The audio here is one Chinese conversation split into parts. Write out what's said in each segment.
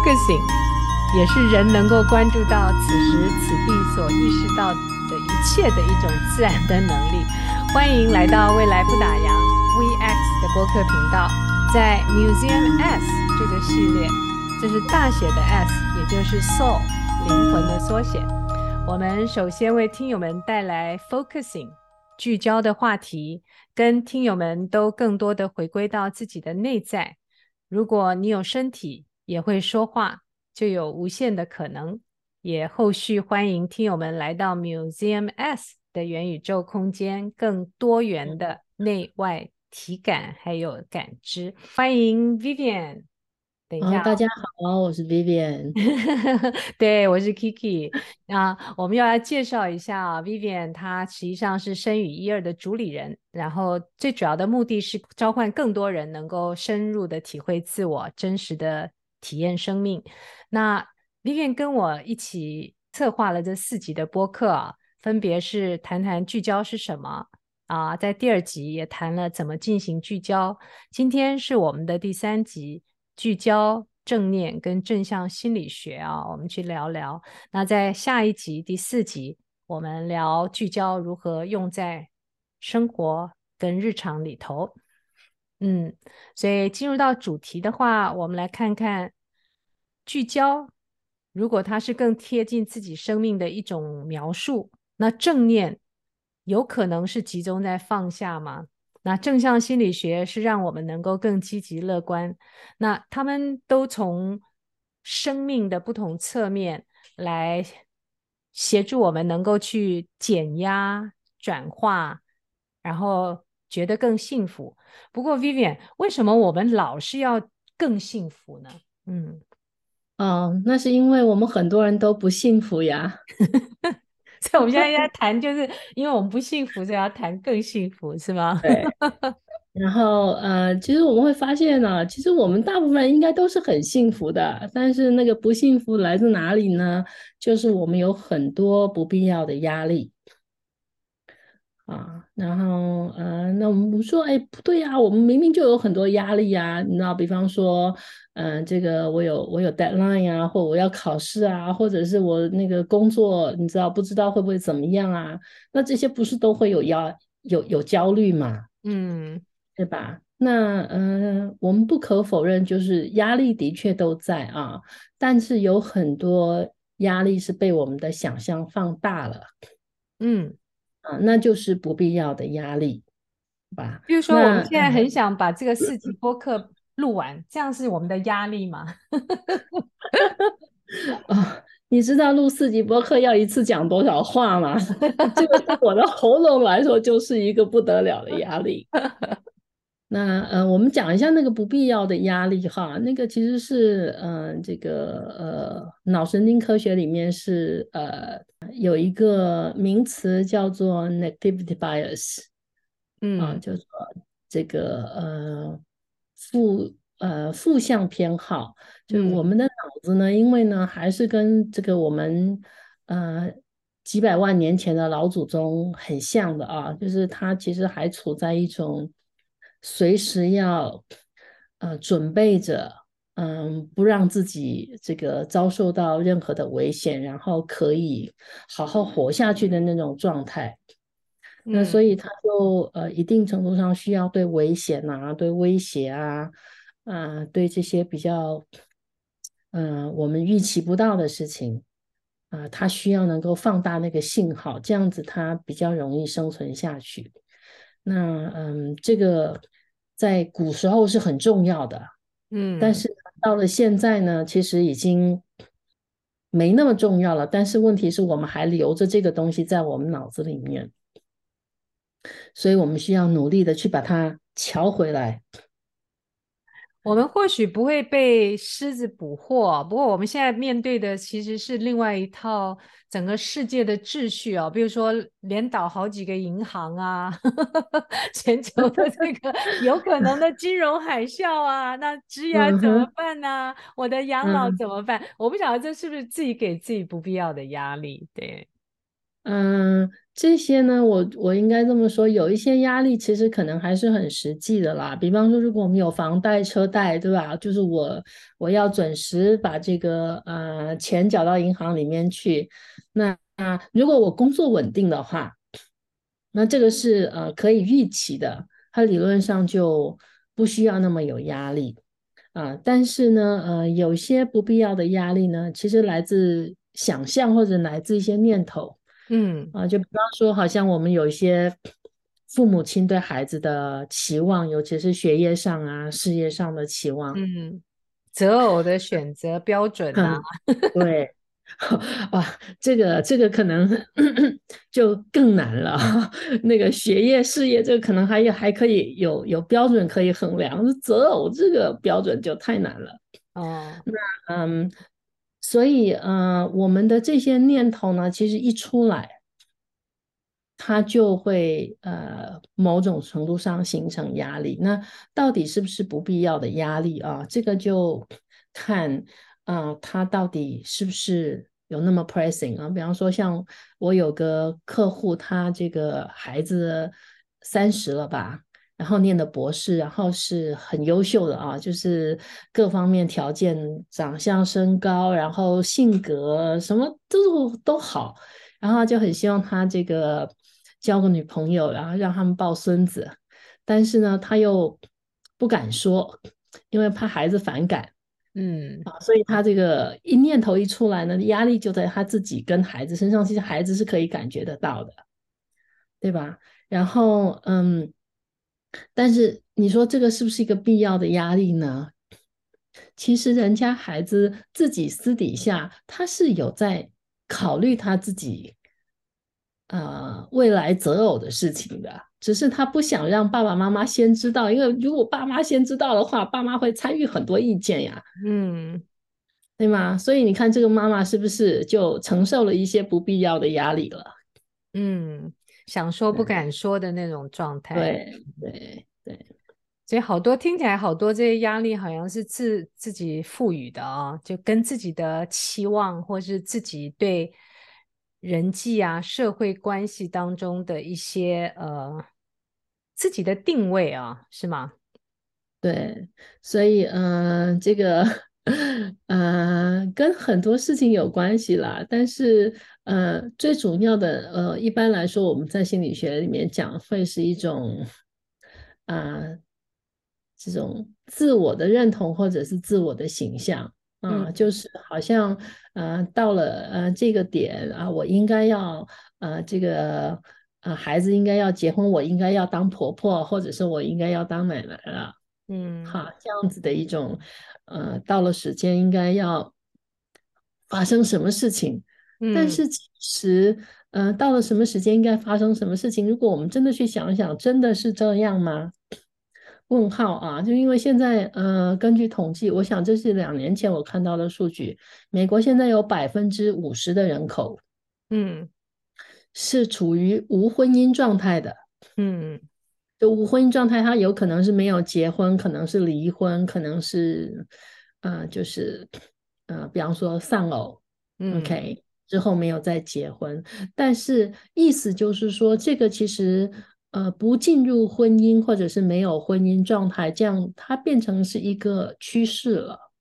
focusing，也是人能够关注到此时此地所意识到的一切的一种自然的能力。欢迎来到未来不打烊 VX 的播客频道，在 Museum S 这个系列，这是大写的 S， 也就是 Soul 灵魂的缩写。我们首先为听友们带来 focusing 聚焦的话题，跟听友们都更多的回归到自己的内在。如果你有身体也会说话，就有无限的可能。也后续欢迎听友们来到 Museum S 的元宇宙空间，更多元的内外体感还有感知。欢迎 Vivian。等一下大家好，我是 Vivian。 对，我是 Kiki。我们要来介绍一下Vivian，她实际上是生语12的主理人，然后最主要的目的是召唤更多人能够深入的体会自我，真实的体验生命。那 Vivian 跟我一起策划了这4集的播客，分别是谈谈聚焦是什么在第2集也谈了怎么进行聚焦，今天是我们的第3集，聚焦正念跟正向心理学我们去聊聊。那在下一集第4集，我们聊聚焦如何用在生活跟日常里头。所以进入到主题的话，我们来看看聚焦，如果它是更贴近自己生命的一种描述，那正念有可能是集中在放下吗？那正向心理学是让我们能够更积极乐观，那他们都从生命的不同侧面来协助我们能够去减压、转化，然后觉得更幸福。不过 Vivian，为什么我们老是要更幸福呢？嗯， 那是因为我们很多人都不幸福呀。 所以我们现在在谈，就是因为我们不幸福，所以要谈更幸福，是吗？ 对，然后其实我们会发现呢，其实我们大部分人应该都是很幸福的，但是那个不幸福来自哪里呢？就是我们有很多不必要的压力。然后那我们说，哎，不对呀，我们明明就有很多压力呀，你知道，比方说，这个我有 deadline 啊，或我要考试啊，或者是我那个工作，你知道不知道会不会怎么样啊？那这些不是都会有焦虑嘛， 嗯对吧？那我们不可否认，就是压力的确都在啊，但是有很多压力是被我们的想象放大了。 嗯。 那就是不必要的压力吧。 比如说，我们那现在很想把这个4集播客录完，这样是我们的压力吗？ 你知道录4集播客要一次讲多少话吗？这个对我的喉咙来说就是一个不得了的压力。那我们讲一下那个不必要的压力哈，那个其实是这个脑神经科学里面是有一个名词叫做 negativity bias。 嗯就说这个负向偏好，就是我嗯们的脑子呢，因为呢还是跟这个我们几百万年前的老祖宗很像的啊，就是它其实还处在一种随时要准备着。不让自己这个遭受到任何的危险，然后可以好好活下去的那种状态。那所嗯。 以他就一定程度上需要对危险啊、对威胁啊、对这些比较我们预期不到的事情他需要能够放大那个信号，这样子他比较容易生存下去。那这个在古时候是很重要的，但嗯。 是到了现在呢，其实已经没那么重要了。但是问题是我们还留着这个东西在我们脑子里面。所以我们需要努力的去把它瞧回来。 我们或许不会被狮子捕获，不过我们现在面对的其实是另外一套整个世界的秩序比如说连倒好几个银行全球的这个有可能的金融海啸那职涯怎么嗯哼， 办呢？我的养老嗯， 怎么办？我不晓得这是不是自己给自己不必要的压力，对。 这些呢，我应该这么说，有一些压力其实可能还是很实际的啦。比方说，如果我们有房贷、车贷，对吧？就是我要准时把这个钱缴到银行里面去。那如果我工作稳定的话，那这个是可以预期的，它理论上就不需要那么有压力但是呢，有些不必要的压力呢，其实来自想象或者来自一些念头。 嗯就比方说，好像我们有一些父母亲对孩子的期望，尤其是学业上事业上的期望。 嗯，择偶的选择标准呐、 嗯，对，哇，这个可能就更难了。那个学业、事业，这个可能还可以有标准可以衡量，择偶这个标准就太难了。 哦， 嗯，所以我们的这些念头呢，其实一出来。它就会某种程度上形成压力。那到底是不是不必要的压力啊？这个就看它到底是不是有那么 pressing 啊？比方说，像我有个客户，他这个孩子30了吧，然后念的博士，然后是很优秀的啊，就是各方面条件、长相、身高，然后性格什么都好。然后就很希望他这个交个女朋友，然后让他们抱孙子，但是呢，他又不敢说，因为怕孩子反感嗯所以他这个一念头一出来呢，压力就在他自己跟孩子身上，其实孩子是可以感觉得到的，对吧？然后但是你说这个是不是一个必要的压力呢？其实人家孩子自己私底下他是有在考虑他自己未来择偶的事情的，只是他不想让爸爸妈妈先知道，因为如果爸妈先知道的话，爸妈会参与很多意见呀， 嗯对吗？所以你看这个妈妈是不是就承受了一些不必要的压力了？ 嗯，想说不敢说的那种状态。 对对对所以好多听起来好多这些压力好像是自己赋予的啊，就跟自己的期望或是自己对人际社会关系当中的一些自己的定位啊，是吗？ 对，所以这个跟很多事情有关系啦，但是最主要的一般来说我们在心理学里面讲会是一种啊、这种自我的认同或者是自我的形象嗯就是好像到了这个点我应该要这个孩子应该要结婚，我应该要当婆婆，或者是我应该要当奶奶了。 嗯好，这样子的一种，到了时间应该要发生什么事情，但嗯是其实，到了什么时间应该发生什么事情，如果我们真的去想想，真的是这样吗？问号啊！就因为现在，根据统计，我想这是2年前我看到的数据，美国现在有50%的人口嗯是处于无婚姻状态的。 嗯就无婚姻状态，他有可能是没有结婚，可能是离婚，可能是就是比方说丧偶嗯， ，OK，之后没有再结婚，但是意思就是说，这个其实不进入婚姻或者是没有婚姻状态，这样它变成是一个趋势了。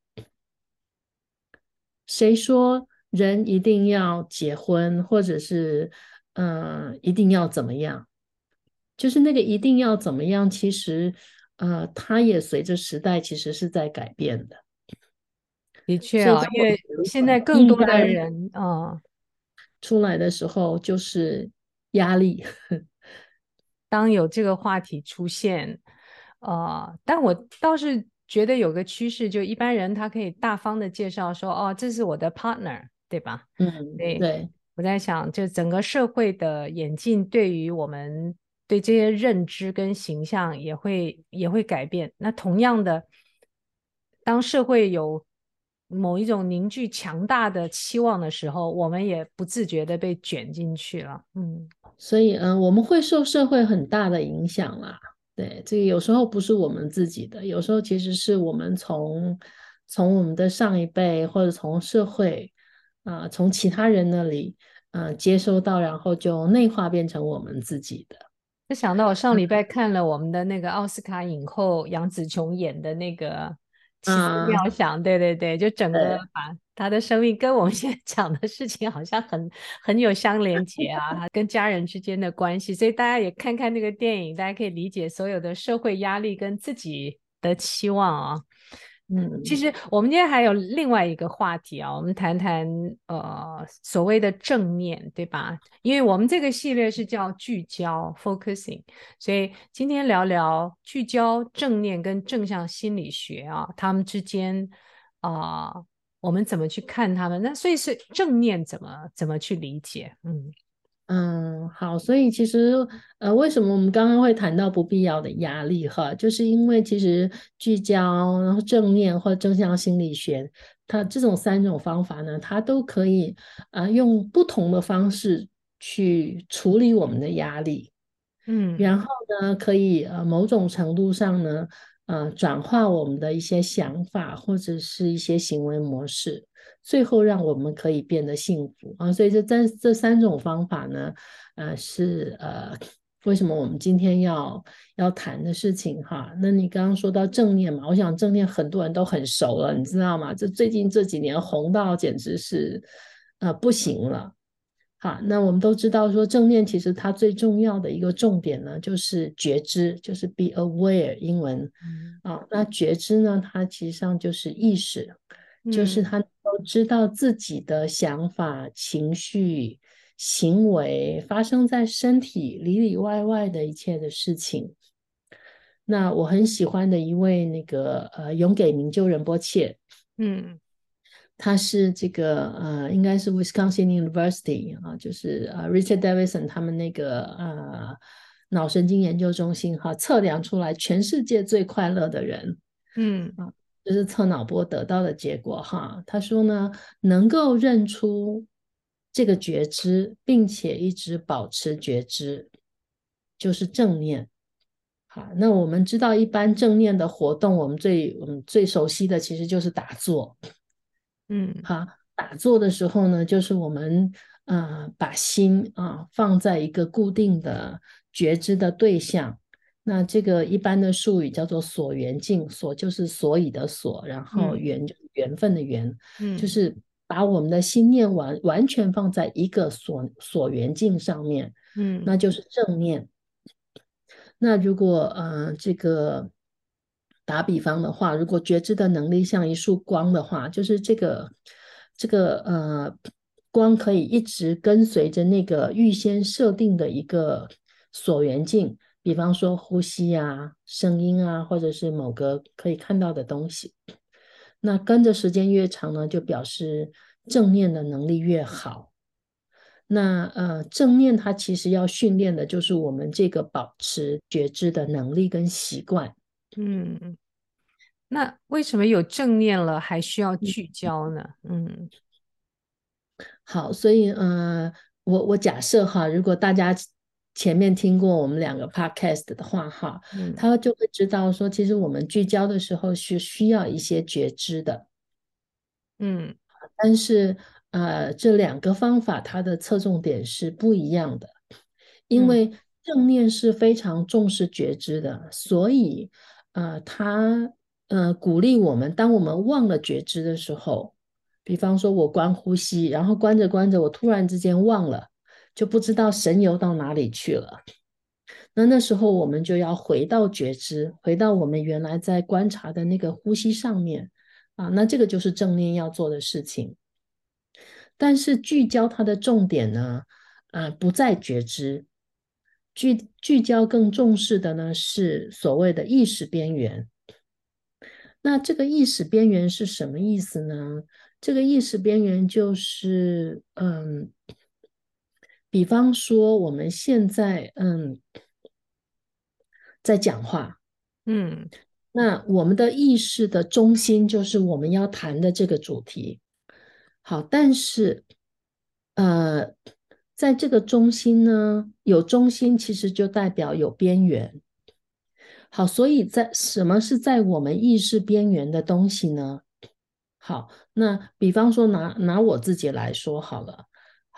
谁说人一定要结婚，或者是一定要怎么样？就是那个一定要怎么样，其实它也随着时代其实是在改变的。 的确啊， 所以当我们因为现在有一种更多的应该人出来的时候，就是压力。 当有这个话题出现，但我倒是觉得有个趋势，就一般人他可以大方的介绍说，哦，这是我的 partner，对吧？ 嗯， 对， 对。 我在想，就整个社会的演进，对于我们对这些认知跟形象也会改变。那同样的，当社会有某一种凝聚强大的期望的时候，我们也不自觉的被卷进去了。嗯所以我们会受社会很大的影响啦。对，这个有时候不是我们自己的，有时候其实是我们从我们的上一辈或者从社会从其他人那里接收到，然后就内化变成我们自己的。 就想到我上礼拜看了我们的那个奥斯卡影后杨紫琼演的那个《奇思啊， 妙想》，对对对，就整个对， 把她的生命跟我们现在讲的事情好像很有相连结啊，她跟家人之间的关系，所以大家也看看那个电影，大家可以理解所有的社会压力跟自己的期望啊。其嗯实我们今天还有另外一个话题啊，我们谈谈所谓的正念，对吧？因为我们这个系列是叫聚焦 （focusing），所以今天聊聊聚焦、正念跟正向心理学啊，他们之间我们怎么去看他们？那所以是正念怎么去理解？嗯好，所以其实为什么我们刚刚会谈到不必要的压力哈，就是因为其实聚焦，然后正念或正向心理学，它这种三种方法呢，它都可以用不同的方式去处理我们的压力。 嗯然后呢，可以某种程度上呢，转化我们的一些想法或者是一些行为模式，最后让我们可以变得幸福啊。所以这三种方法呢，是为什么我们今天要谈的事情哈。那你刚刚说到正念嘛，我想正念很多人都很熟了，你知道吗？这最近这几年红到简直是不行了。好，那我们都知道说正念其实它最重要的一个重点呢，就是觉知，就是 be aware 英文嗯啊。那觉知呢，它其实上就是意识，就是嗯他能够知道自己的想法、情绪、行为发生在身体里里外外的一切的事情。那我很喜欢的一位那个永给明就仁波切， 嗯他是这个应该是 Wisconsin University 啊，就是Richard Davidson 他们那个脑神经研究中心哈，测量出来全世界最快乐的人嗯啊，就是测脑波得到的结果哈。他说呢，能够认出这个觉知，并且一直保持觉知，就是正念。好，那我们知道一般正念的活动，我们最熟悉的其实就是打坐。 嗯好，打坐的时候呢，就是我们把心放在一个固定的觉知的对象。那这个一般的术语叫做所缘境，所就是所以的所，然后嗯缘就是缘分的缘，就嗯是把我们的心念完全放在一个所缘境上面，那嗯就是正念。那如果这个打比方的话，如果觉知的能力像一束光的话，就是这个光可以一直跟随着那个预先设定的一个所缘境，比方说呼吸啊、声音啊，或者是某个可以看到的东西。那跟着时间越长呢，就表示正念的能力越好。那正念它其实要训练的就是我们这个保持觉知的能力跟习惯。 嗯。那为什么有正念了还需要聚焦呢？嗯好，所以我假设哈，如果大家前面听过我们两个 podcast 的话哈， 嗯他就会知道说，其实我们聚焦的时候是需要一些觉知的。 嗯但是这两个方法它的侧重点是不一样的，因嗯为正念是非常重视觉知的，所以它鼓励我们，当我们忘了觉知的时候，比方说我观呼吸，然后观着观着，我突然之间忘了，就不知道神游到哪里去了。那时候我们就要回到觉知，回到我们原来在观察的那个呼吸上面那这个就是正念要做的事情。但是聚焦它的重点呢，不在觉知，聚焦更重视的呢是所谓的意识边缘。那这个意识边缘是什么意思呢？这个意识边缘就是，比方说我们现在在讲话， 嗯那我们的意识的中心就是我们要谈的这个主题。好，但是呃，在这个中心呢，有中心其实就代表有边缘。好，所以在什么是在我们意识边缘的东西呢？好，那比方说拿我自己来说好了。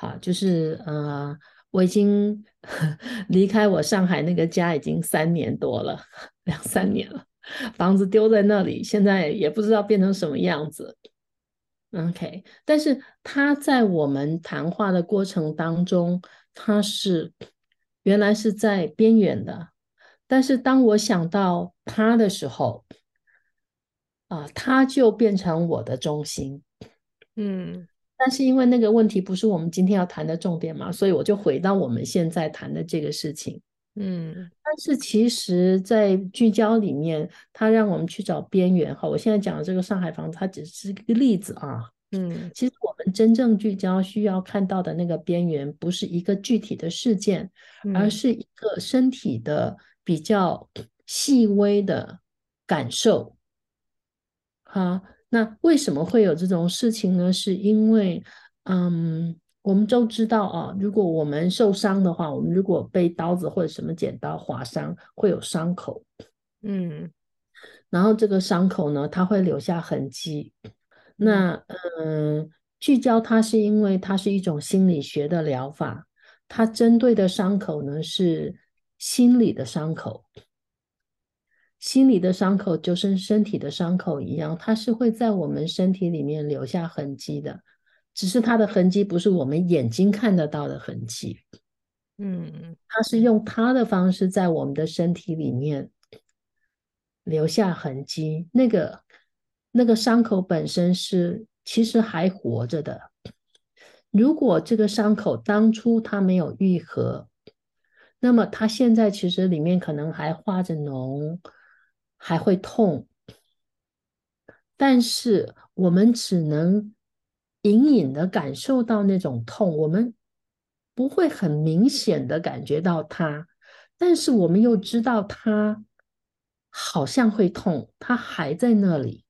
好，就是我已经离开我上海那个家已经3年多了，2、3年了，房子丢在那里，现在也不知道变成什么样子。OK，但是他在我们谈话的过程当中，他是原来是在边缘的，但是当我想到他的时候，他就变成我的中心。 嗯但是因为那个问题不是我们今天要谈的重点嘛，所以我就回到我们现在谈的这个事情。 嗯但是其实，在聚焦里面，它让我们去找边缘。哈，我现在讲的这个上海房子，它只是一个例子啊。 嗯其实我们真正聚焦需要看到的那个边缘，不是一个具体的事件，而嗯是一个身体的比较细微的感受。好，那为什么会有这种事情呢？是因为，我们都知道啊，如果我们受伤的话，我们如果被刀子或者什么剪刀划伤，会有伤口， 嗯然后这个伤口呢，它会留下痕迹。 嗯那，聚焦它是因为它是一种心理学的疗法，它针对的伤口呢是心理的伤口。心理的伤口就跟身体的伤口一样，它是会在我们身体里面留下痕迹的，只是它的痕迹不是我们眼睛看得到的痕迹， 嗯它是用它的方式在我们的身体里面留下痕迹。那个伤口本身是其实还活着的。如果这个伤口当初它没有愈合，那么它现在其实里面可能还化着脓，还会痛。但是我们只能隐隐的感受到那种痛，我们不会很明显的感觉到它，但是我们又知道它好像会痛，它还在那里。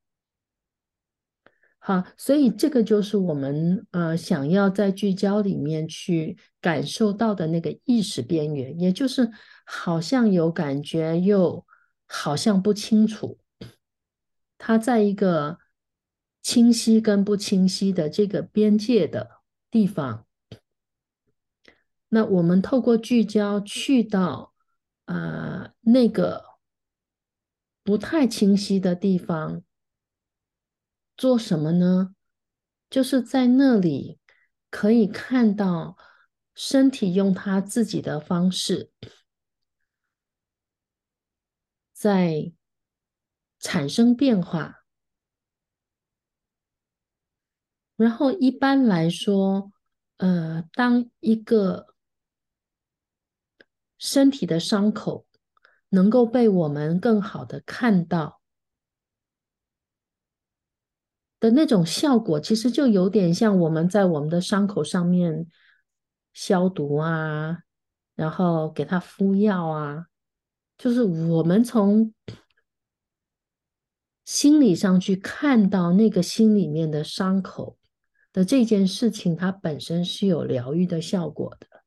好，所以这个就是我们想要在聚焦里面去感受到的那个意识边缘，也就是好像有感觉，又好像不清楚。它在一个清晰跟不清晰的这个边界的地方，那我们透过聚焦去到那个不太清晰的地方，做什么呢？就是在那里可以看到身体用它自己的方式在产生变化。然后一般来说，当一个身体的伤口能够被我们更好的看到的那种效果，其实就有点像我们在我们的伤口上面消毒啊，然后给它敷药啊，就是我们从心理上去看到那个心里面的伤口的这件事情，它本身是有疗愈的效果的。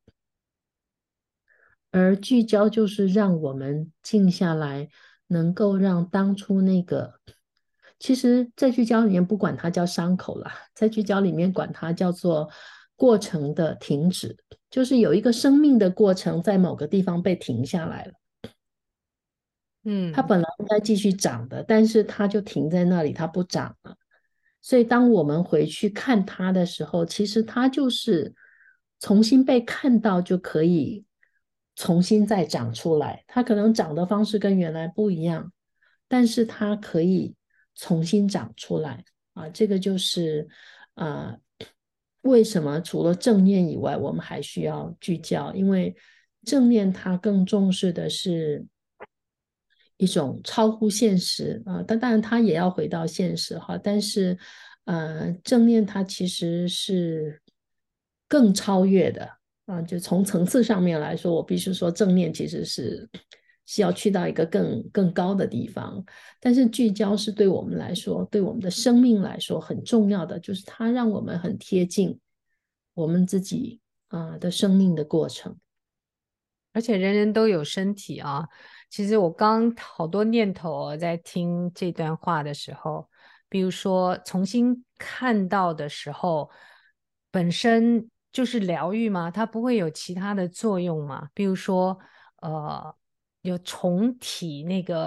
而聚焦就是让我们静下来，能够让当初那个，其实，在聚焦里面不管它叫伤口啦，在聚焦里面管它叫做过程的停止，就是有一个生命的过程在某个地方被停下来了。它嗯本来应该继续长的，但是它就停在那里，它不长了。所以当我们回去看它的时候，其实它就是重新被看到，就可以重新再长出来。它可能长的方式跟原来不一样，但是它可以重新长出来啊。这个就是啊，为什么除了正念以外，我们还需要聚焦？因为正念它更重视的是一种超乎现实啊，但当然它也要回到现实哈，但是正念它其实是更超越的啊，就从层次上面来说，我必须说正念其实是要去到一个更高的地方，但是聚焦是对我们来说，对我们的生命来说很重要的，就是它让我们很贴近我们自己的生命的过程。 而且人人都有身体啊。其实我刚好多念头哦，在听这段话的时候，比如说重新看到的时候，本身就是疗愈吗？它不会有其他的作用吗？比如说，呃，有重体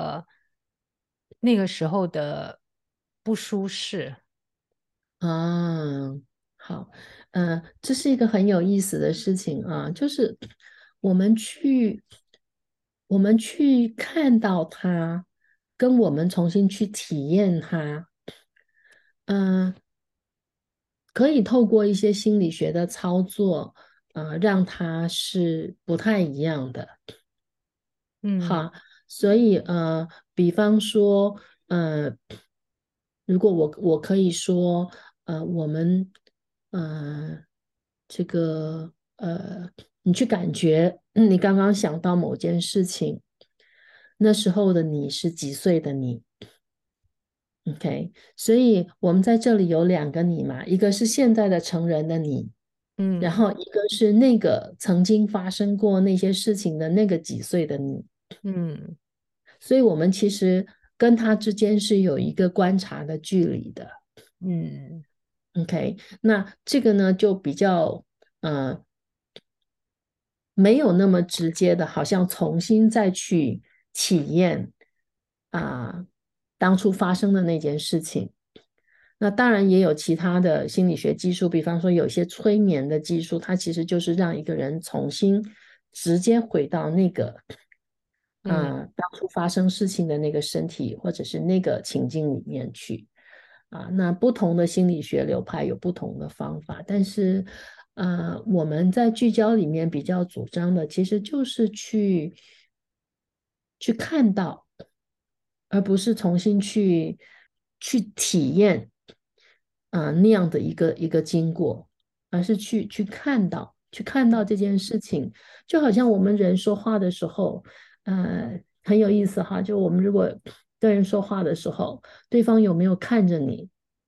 那个时候的不舒适。 啊，好，这是一个很有意思的事情啊，就是我们去，我们去看到它，跟我们重新去体验它，嗯、可以透过一些心理学的操作，让它是不太一样的。 嗯好，所以比方说，呃，如果我可以说，我们这个你去感觉，你刚刚想到某件事情，那时候的你是几岁的你？OK，所以我们在这里有两个你嘛，一个是现在的成人的你，然嗯后一个是那个曾经发生过那些事情的那个几岁的你。 嗯所以我们其实跟他之间是有一个观察的距离的。 嗯 OK，那这个呢就比较呃没有那么直接的，好像重新再去体验当初发生的那件事情。那当然也有其他的心理学技术，比方说有些催眠的技术，它其实就是让一个人重新直接回到那个嗯当初发生事情的那个身体或者是那个情境里面去那不同的心理学流派有不同的方法，但是我们在聚焦里面比较主张的，其实就是去看到，而不是重新去体验那样的一个经过，而是去看到，去看到这件事情，就好像我们人说话的时候，很有意思哈，就我们如果跟人说话的时候，对方有没有看着你，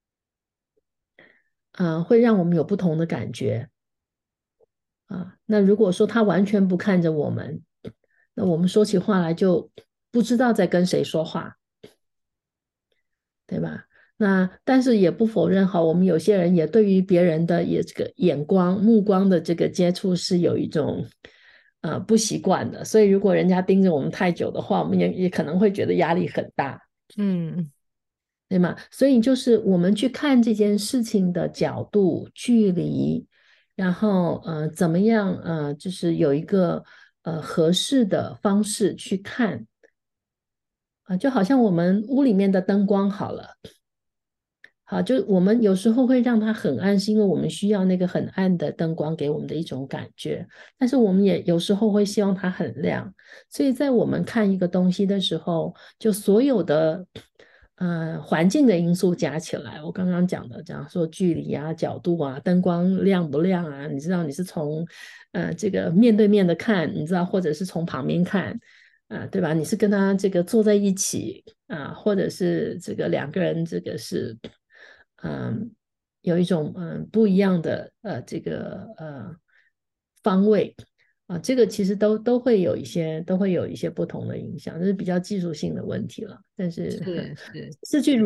会让我们有不同的感觉那如果说他完全不看着我们，那我们说起话来就不知道在跟谁说话。对吧？那但是也不否认哈，我们有些人也对于别人的这个眼光、目光的这个接触是有一种不习惯的，所以如果人家盯着我们太久的话，我们也可能会觉得压力很大， 嗯对吗？所以就是我们去看这件事情的角度、距离，然后怎么样就是有一个合适的方式去看就好像我们屋里面的灯光好了。好，就我们有时候会让它很暗，是因为我们需要那个很暗的灯光给我们的一种感觉。但是我们也有时候会希望它很亮，所以在我们看一个东西的时候，就所有的环境的因素加起来，我刚刚讲的，假如说距离啊、角度啊、灯光亮不亮啊，你知道你是从这个面对面的看，你知道，或者是从旁边看。对吧？你是跟他这个坐在一起或者是这个两个人这个是嗯，有一种不一样的这个方位这个其实都会有一些不同的影响，这是比较技术性的问题了。但是是是是去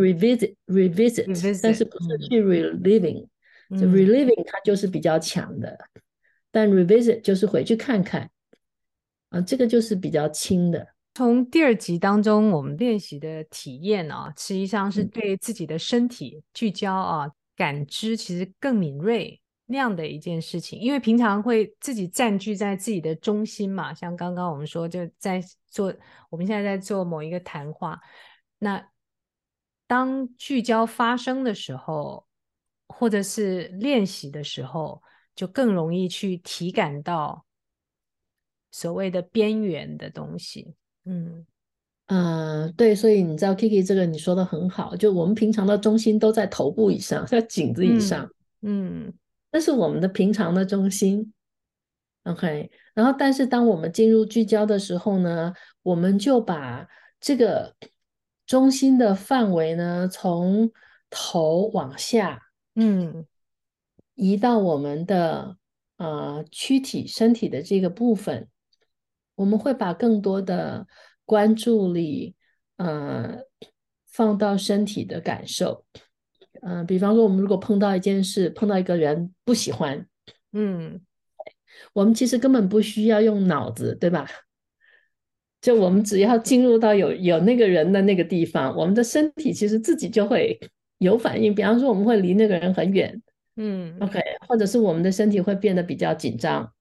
revisit，但是 revisit。 不是去 reliving，就嗯。 reliving 它就是比较强的，但 revisit 就是回去看看这个就是比较轻的。 从第二集当中，我们练习的体验啊，实际上是嗯对自己的身体聚焦啊，感知其实更敏锐那样的一件事情。因为平常会自己占据在自己的中心嘛，像刚刚我们说，就在做，我们现在在做某一个谈话，那当聚焦发生的时候，或者是练习的时候，就更容易去体感到所谓的边缘的东西。嗯。 对，所以你知道 Kiki 这个你说的很好，就我们平常的中心都在头部以上，在颈子以嗯上， 嗯那是我们的平常的中心。OK，然后但是当我们进入聚焦的时候呢，我们就把这个中心的范围呢，从头往下嗯移到我们的躯体身体的这个部分，我们会把更多的关注力呃放到身体的感受。比方说我们如果碰到一件事，碰到一个人不喜欢， 嗯， 我们其实根本不需要用脑子，对吧？就我们只要进入到有那个人的那个地方，我们的身体其实自己就会有反应。比方说，我们会离那个人很远嗯， ，OK，或者是我们的身体会变得比较紧张，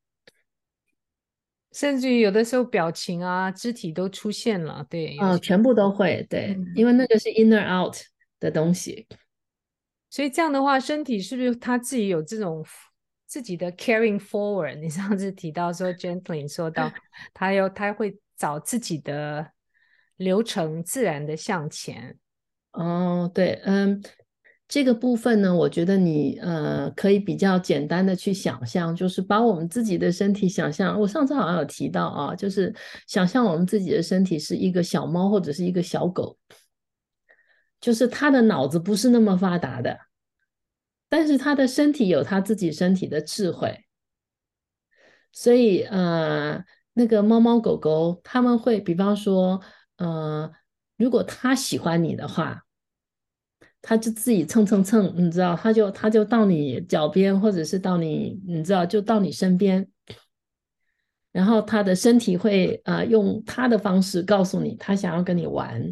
甚至于有的时候表情啊、肢体都出现了，对，有些， 全部都会，对，因嗯， 为那个是 inner out 的东西。 所以这样的话，身体是不是他自己有这种自己的 carrying forward？你上次提到说 gently 说到他会找自己的流程，自然的向前。 哦，对，这个部分呢，我觉得你可以比较简单的去想象，就是把我们自己的身体想象，我上次好像有提到啊，就是想象我们自己的身体是一个小猫或者是一个小狗，就是它的脑子不是那么发达的，但是它的身体有它自己身体的智慧，所以那个猫猫狗狗他们会，比方说如果它喜欢你的话。他就自己蹭蹭蹭，你知道，他就到你脚边，或者是到你知道，就到你身边，然后他的身体会用他的方式告诉你，他想要跟你玩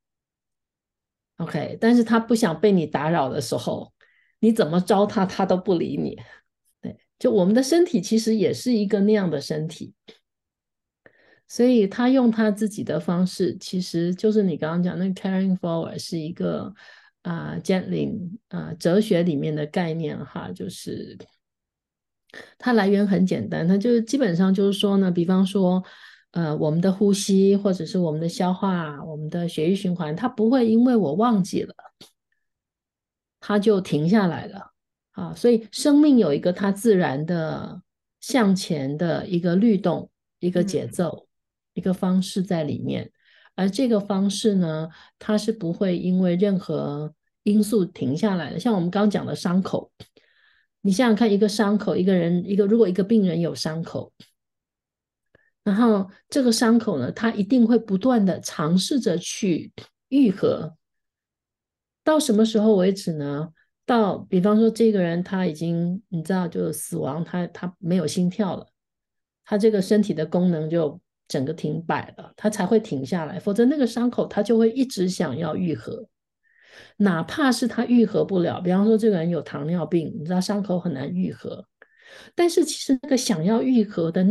，OK，但是他不想被你打扰的时候，你怎么招他，他都不理你。对，就我们的身体其实也是一个那样的身体，所以他用他自己的方式，其实就是你刚刚讲那个 carrying forward 是一个gentling 哲学里面的概念哈，就是它来源很简单，它就是基本上就是说呢，比方说我们的呼吸或者是我们的消化、我们的血液循环，它不会因为我忘记了，它就停下来了啊，所以生命有一个它自然的向前的一个律动、一个节嗯奏、一个方式在里面，而这个方式呢，它是不会因为任何因素停下来的。像我们刚讲的伤口，你想想看，一个伤口，一个人，如果一个病人有伤口，然后这个伤口呢，他一定会不断的尝试着去愈合，到什么时候为止呢？到比方说这个人他已经你知道就死亡，他没有心跳了，他这个身体的功能就整个停摆了，他才会停下来，否则那个伤口他就会一直想要愈合，哪怕是他愈合不了，比方说这个人有糖尿病，你知道伤口很难愈合，但是其实那个想要愈合的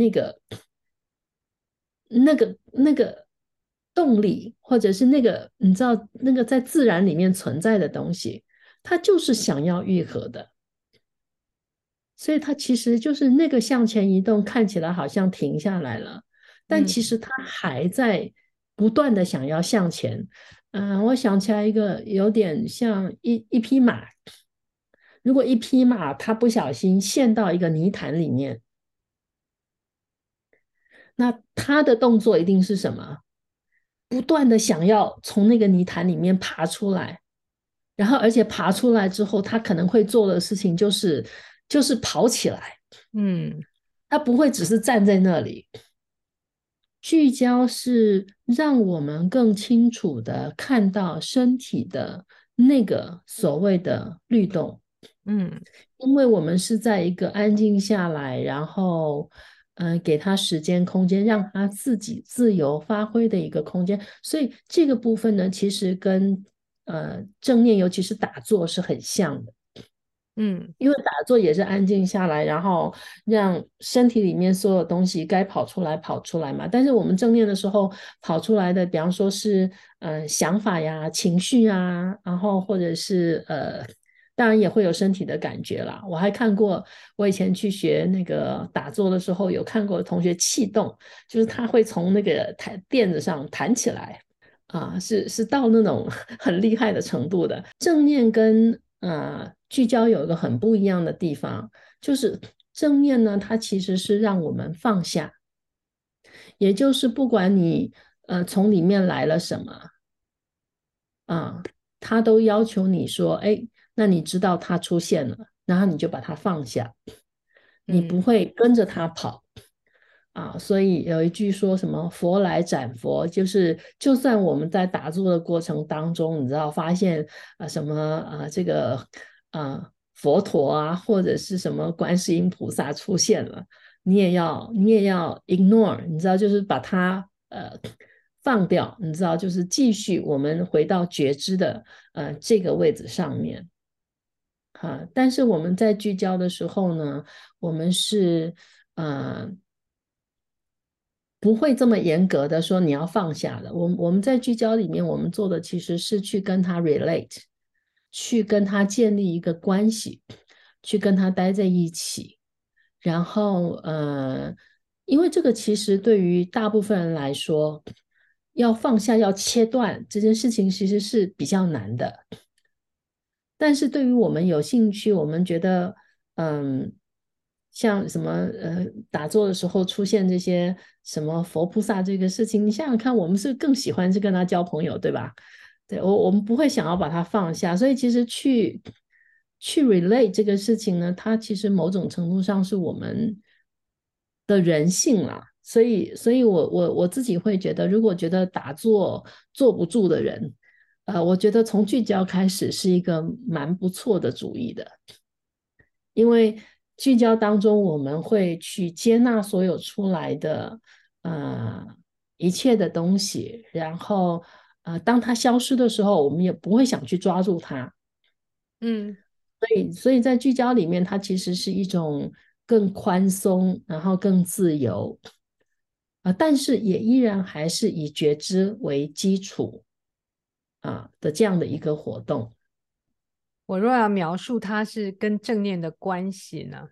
那个动力，或者是那个你知道那个在自然里面存在的东西，它就是想要愈合的，所以它其实就是那个向前移动，看起来好像停下来了，但其嗯实它还在不断的想要向前。我想起来一个有点像一匹马，如果一匹马它不小心陷到一个泥潭里面，那它的动作一定是什么？不断的想要从那个泥潭里面爬出来，然后而且爬出来之后，他可能会做的事情就是跑起来， 嗯他不会只是站在那里。聚焦是让我们更清楚的看到身体的那个所谓的律动， 嗯因为我们是在一个安静下来，然后给他时间空间，让他自己自由发挥的一个空间。所以这个部分呢，其实跟正念，尤其是打坐是很像的。 嗯因为打坐也是安静下来，然后让身体里面所有东西该跑出来跑出来嘛。但是我们正念的时候跑出来的，比方说是想法呀、情绪啊，然后或者是当然也会有身体的感觉啦。我还看过，我以前去学那个打坐的时候，有看过同学气动，就是他会从那个垫子上弹起来。是到那种很厉害的程度的。正念跟聚焦有一个很不一样的地方，就是正念呢，它其实是让我们放下，也就是不管你从里面来了什么啊，它都要求你说，哎，那你知道它出现了，然后你就把它放下，你嗯不会跟着它跑。所以有一句说什么"佛来斩佛"，就是就算我们在打坐的过程当中，你知道发现什么这个佛陀啊，或者是什么观世音菩萨出现了，你也要 ignore，你知道，就是把它放掉，你知道，就是继续我们回到觉知的这个位置上面。但是我们在聚焦的时候呢，我们是呃不会这么严格的说你要放下的。我们在聚焦里面，我们做的其实是去跟他 relate，去跟他建立一个关系，去跟他待在一起。然后因为这个其实对于大部分人来说，要放下、要切断这件事情，其实是比较难的。但是对于我们有兴趣，我们觉得，像什么打坐的时候出现这些什么佛菩萨这个事情，你想想看，我们是更喜欢去跟他交朋友，对吧？对，我们不会想要把它放下，所以其实去 relate 这个事情呢，它其实某种程度上是我们的人性啦。所以我自己会觉得，如果觉得打坐坐不住的人，我觉得从聚焦开始是一个蛮不错的主意的，因为聚焦当中我们会去接纳所有出来的呃一切的东西，然后当它消失的时候，我们也不会想去抓住它。 嗯。 所以在聚焦里面，它其实是一种更宽松，然后更自由但是也依然还是以觉知为基础的这样的一个活动。 我若要描述它是跟正念的关系呢？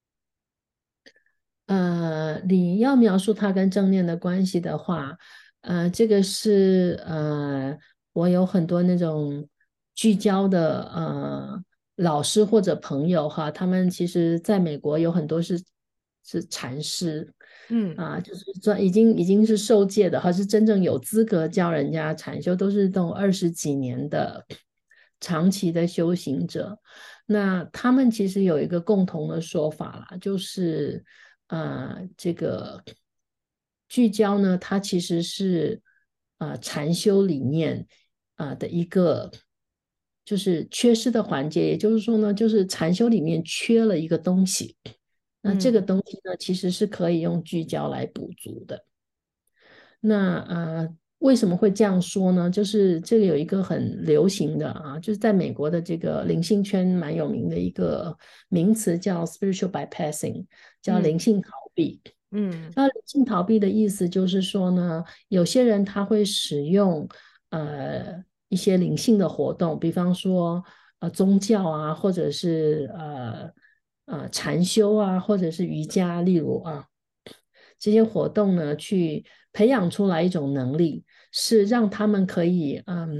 你要描述它跟正念的关系的话，这个是我有很多那种聚焦的老师或者朋友哈，他们其实在美国有很多是禅师嗯就是说已经是受戒的，还是真正有资格教人家禅修，都是这种20几年的长期的修行者。那他们其实有一个共同的说法啦，就是这个聚焦呢，它其实是禅修里面的一个就是缺失的环节，也就是说呢，就是禅修里面缺了一个东西。那这个嗯东西呢，其实是可以用聚焦来补足的。那为什么会这样说呢？就是这个有一个很流行的就是在美国的这个灵性圈蛮有名的一个名词叫 spiritual bypassing，叫灵嗯性逃避。 嗯那灵性逃避的意思就是说呢，有些人他会使用一些灵性的活动，比方说宗教或者是禅修或者是瑜伽，例如这些活动呢，去培养出来一种能力，是让他们可以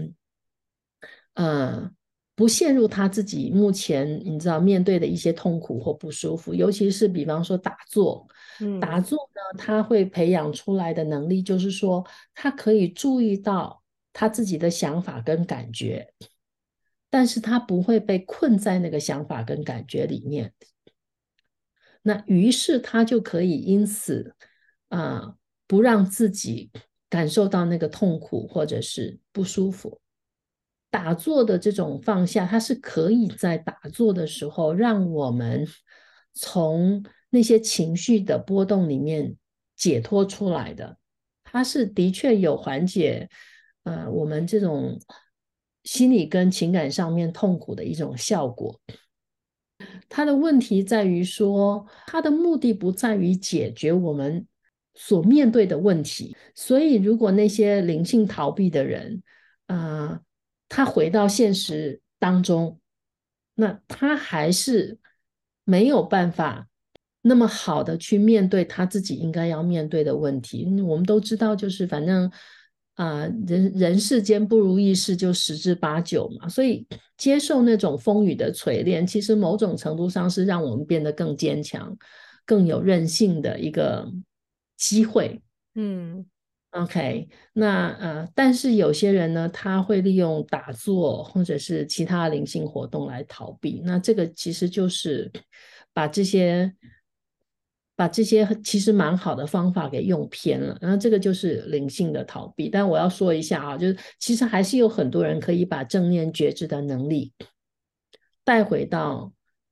呃不陷入他自己目前你知道面对的一些痛苦或不舒服，尤其是比方说打坐。打嗯坐呢，他会培养出来的能力，就是说他可以注意到他自己的想法跟感觉，但是他不会被困在那个想法跟感觉里面。那于是他就可以因此啊，不让自己感受到那个痛苦或者是不舒服。打坐的这种放下，它是可以在打坐的时候让我们从那些情绪的波动里面解脱出来的。它是的确有缓解我们这种心理跟情感上面痛苦的一种效果。它的问题在于说，它的目的不在于解决我们所面对的问题。所以，如果那些灵性逃避的人，啊、他回到现实当中，那他还是没有办法那么好的去面对他自己应该要面对的问题。我们都知道，就是反正人世间不如意事就10之8九嘛，所以接受那种风雨的锤炼，其实某种程度上是让我们变得更坚强、更有韧性的一个机会。 嗯 OK，那但是有些人呢，他会利用打坐或者是其他灵性活动来逃避。那这个其实就是把这些把这些其实蛮好的方法给用偏了。然后这个就是灵性的逃避。但我要说一下就是其实还是有很多人可以把正念觉知的能力带回到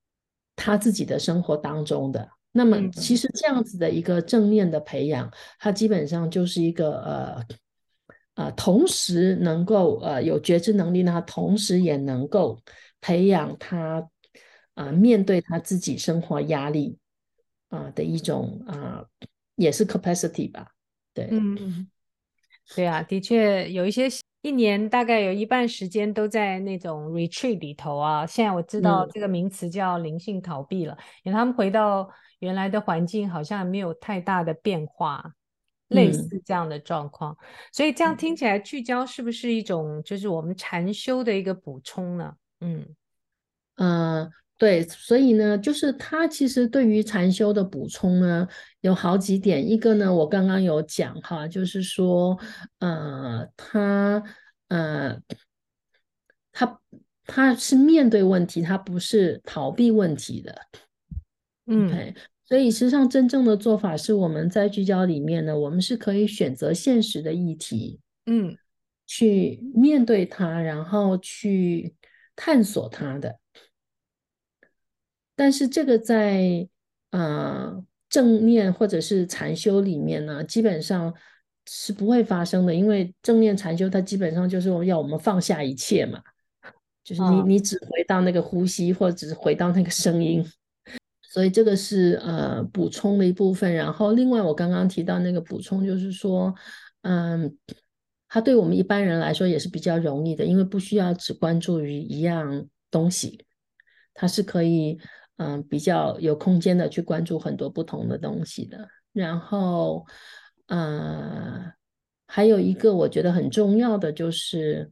他自己的生活当中的。那么其嗯实这样子的一个正念的培养，它基本上就是一个同时能够有觉知能力呢，他同时也能够培养他面对他自己生活压力的一种也是 capacity 吧，对。 嗯，对啊，的确有一些一年大概有一半时间都在那种 retreat 里头啊。现在我知道嗯这个名词叫灵性逃避了，因为他们回到原来的环境好像没有太大的变化，类嗯。 似这样的状况。所以这样听起来，聚焦是不是一种就是我们禅修的一个补充呢？嗯呃，对，所以呢，就是它其实对于禅修的补充呢，有好几点。一个呢，我刚刚有讲哈，就是说，他呃，他他是面对问题，他不是逃避问题的。 嗯 OK，所以实际上真正的做法是我们在聚焦里面呢，我们是可以选择现实的议题， 嗯去面对它，然后去探索它的。但是这个在正念或者是禅修里面呢，基本上是不会发生的，因为正念禅修它基本上就是要我们放下一切嘛，就是你啊你只回到那个呼吸，或者只是回到那个声音，所以这个是补充的一部分。然后另外我刚刚提到那个补充就是说，嗯，它对我们一般人来说也是比较容易的，因为不需要只关注于一样东西，它是可以比较有空间的去关注很多不同的东西的。然后呃还有一个我觉得很重要的就是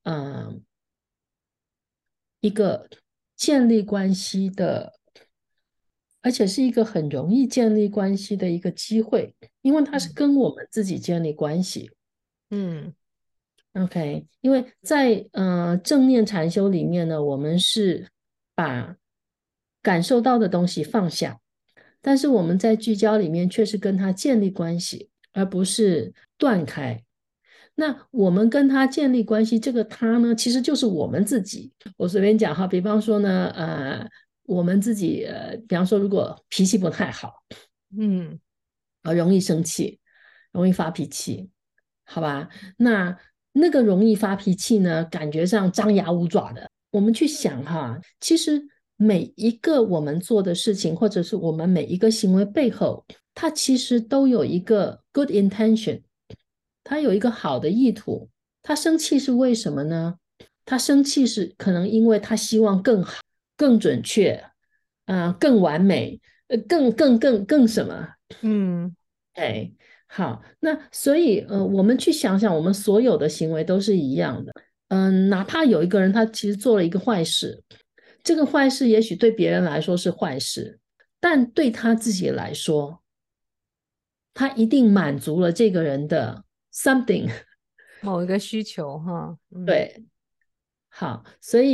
一个建立关系的。而且是一个很容易建立关系的一个机会，因为它是跟我们自己建立关系。 嗯 OK，因为在正念禅修里面呢，我们是把感受到的东西放下，但是我们在聚焦里面却是跟他建立关系，而不是断开。那我们跟他建立关系，这个他呢，其实就是我们自己。我随便讲哈，比方说呢，我们自己，比方说如果脾气不太好， 嗯容易生气，容易发脾气，好吧？那个容易发脾气呢，感觉上张牙舞爪的。我们去想哈，其实每一个我们做的事情，或者是我们每一个行为背后，它其实都有一个 good intention，他有一个好的意图。他生气是为什么呢？他生气是可能因为他希望更好、更准确，更完美，更什么？ 嗯哎，好，那所以我们去想想，我们所有的行为都是一样的。哪怕有一个人他其实做了一个坏事，这个坏事也许对别人来说是坏事，但对他自己来说，他一定满足了这个人的 something。 某一个需求哈，嗯对，好，